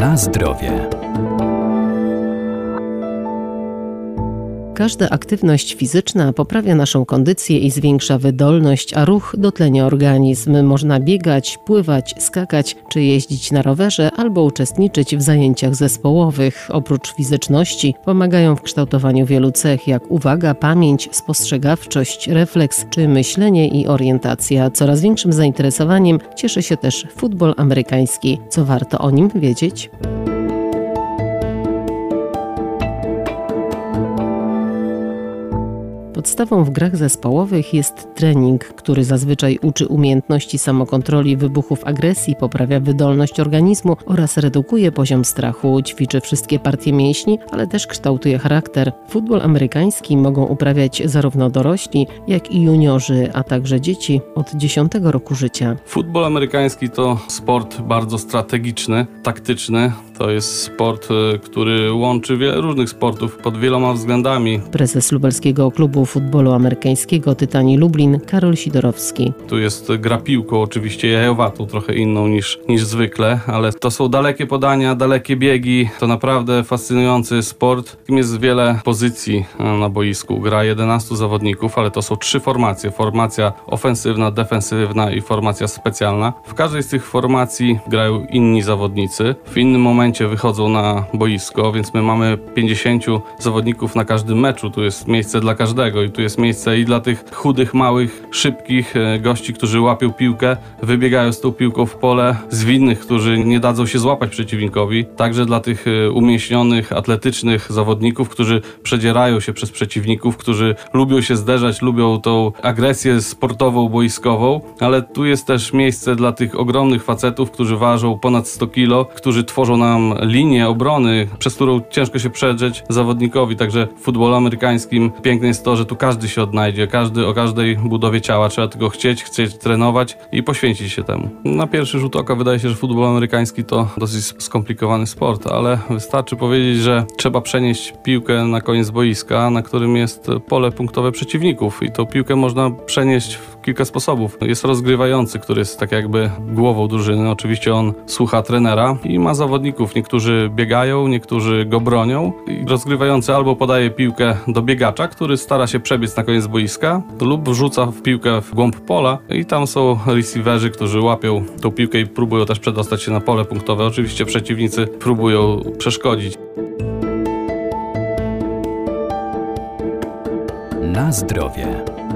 Na zdrowie. Każda aktywność fizyczna poprawia naszą kondycję i zwiększa wydolność, a ruch dotlenia organizm. Można biegać, pływać, skakać czy jeździć na rowerze albo uczestniczyć w zajęciach zespołowych. Oprócz fizyczności pomagają w kształtowaniu wielu cech jak uwaga, pamięć, spostrzegawczość, refleks czy myślenie i orientacja. Coraz większym zainteresowaniem cieszy się też futbol amerykański. Co warto o nim wiedzieć? Podstawą w grach zespołowych jest trening, który zazwyczaj uczy umiejętności samokontroli, wybuchów agresji, poprawia wydolność organizmu oraz redukuje poziom strachu, ćwiczy wszystkie partie mięśni, ale też kształtuje charakter. Futbol amerykański mogą uprawiać zarówno dorośli, jak i juniorzy, a także dzieci od 10 roku życia. Futbol amerykański to sport bardzo strategiczny, taktyczny. To jest sport, który łączy wiele różnych sportów pod wieloma względami. Prezes lubelskiego klubu futbolu amerykańskiego Tytani Lublin, Karol Sidorowski. Tu jest gra piłką, oczywiście jajowatą, trochę inną niż zwykle, ale to są dalekie podania, dalekie biegi. To naprawdę fascynujący sport. Jest wiele pozycji na boisku. Gra 11 zawodników, ale to są 3 formacje. Formacja ofensywna, defensywna i formacja specjalna. W każdej z tych formacji grają inni zawodnicy. W innym momencie wychodzą na boisko, więc my mamy 50 zawodników na każdym meczu. Tu jest miejsce dla każdego i tu jest miejsce i dla tych chudych, małych, szybkich gości, którzy łapią piłkę, wybiegają z tą piłką w pole, zwinnych, którzy nie dadzą się złapać przeciwnikowi. Także dla tych umieśnionych, atletycznych zawodników, którzy przedzierają się przez przeciwników, którzy lubią się zderzać, lubią tą agresję sportową, boiskową, ale tu jest też miejsce dla tych ogromnych facetów, którzy ważą ponad 100 kg, którzy tworzą nam linię obrony, przez którą ciężko się przedrzeć zawodnikowi. Także w futbolu amerykańskim piękne jest to, że tu każdy się odnajdzie, każdy o każdej budowie ciała. Trzeba tylko chcieć trenować i poświęcić się temu. Na pierwszy rzut oka wydaje się, że futbol amerykański to dosyć skomplikowany sport, ale wystarczy powiedzieć, że trzeba przenieść piłkę na koniec boiska, na którym jest pole punktowe przeciwników i tą piłkę można przenieść w kilka sposobów. Jest rozgrywający, który jest tak jakby głową drużyny. Oczywiście on słucha trenera i ma zawodników. Niektórzy biegają, niektórzy go bronią. I rozgrywający albo podaje piłkę do biegacza, który stara się przebiec na koniec boiska, lub wrzuca piłkę w głąb pola i tam są receiverzy, którzy łapią tą piłkę i próbują też przedostać się na pole punktowe. Oczywiście przeciwnicy próbują przeszkodzić. Na zdrowie.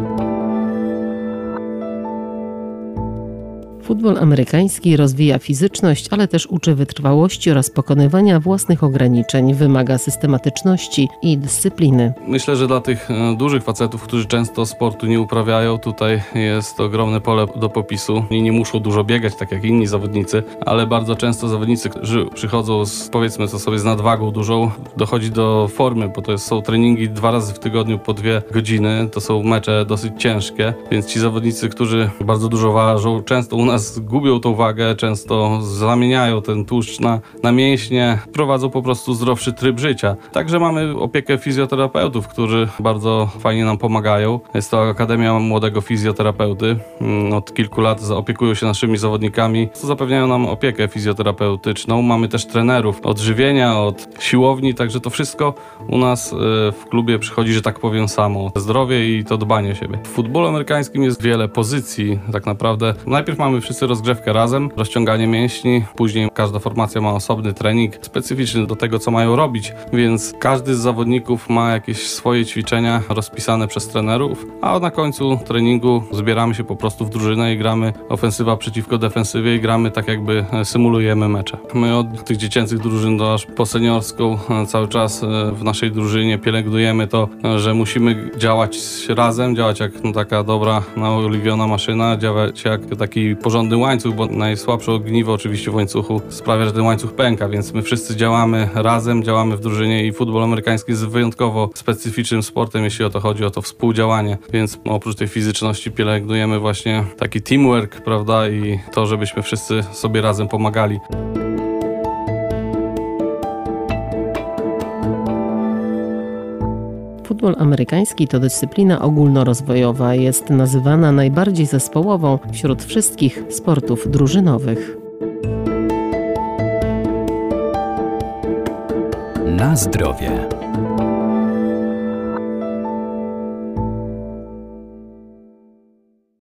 Futbol amerykański rozwija fizyczność, ale też uczy wytrwałości oraz pokonywania własnych ograniczeń, wymaga systematyczności i dyscypliny. Myślę, że dla tych dużych facetów, którzy często sportu nie uprawiają, tutaj jest ogromne pole do popisu. I nie muszą dużo biegać, tak jak inni zawodnicy, ale bardzo często zawodnicy, którzy przychodzą z nadwagą dużą, dochodzi do formy, bo to są treningi 2 razy w tygodniu po 2 godziny. To są mecze dosyć ciężkie, więc ci zawodnicy, którzy bardzo dużo ważą, często u nas gubią tą wagę, często zamieniają ten tłuszcz na mięśnie, prowadzą po prostu zdrowszy tryb życia. Także mamy opiekę fizjoterapeutów, którzy bardzo fajnie nam pomagają. Jest to Akademia Młodego Fizjoterapeuty. Od kilku lat opiekują się naszymi zawodnikami, zapewniają nam opiekę fizjoterapeutyczną. Mamy też trenerów od żywienia, od siłowni, także to wszystko u nas w klubie przychodzi, że tak powiem, samo. Zdrowie i to dbanie o siebie. W futbolu amerykańskim jest wiele pozycji, tak naprawdę. Najpierw mamy wszyscy rozgrzewkę razem, rozciąganie mięśni, później każda formacja ma osobny trening specyficzny do tego, co mają robić, więc każdy z zawodników ma jakieś swoje ćwiczenia rozpisane przez trenerów, a na końcu treningu zbieramy się po prostu w drużynę i gramy ofensywa przeciwko defensywie i gramy tak jakby symulujemy mecze. My od tych dziecięcych drużyn do aż po seniorską cały czas w naszej drużynie pielęgnujemy to, że musimy działać razem, działać jak taka dobra, naoliwiona maszyna, działać jak taki porządny łańcuch, bo najsłabsze ogniwo oczywiście w łańcuchu sprawia, że ten łańcuch pęka, więc my wszyscy działamy razem, działamy w drużynie i futbol amerykański jest wyjątkowo specyficznym sportem, jeśli o to chodzi, o to współdziałanie, więc oprócz tej fizyczności pielęgnujemy właśnie taki teamwork, prawda, i to, żebyśmy wszyscy sobie razem pomagali. Futbol amerykański to dyscyplina ogólnorozwojowa, jest nazywana najbardziej zespołową wśród wszystkich sportów drużynowych. Na zdrowie.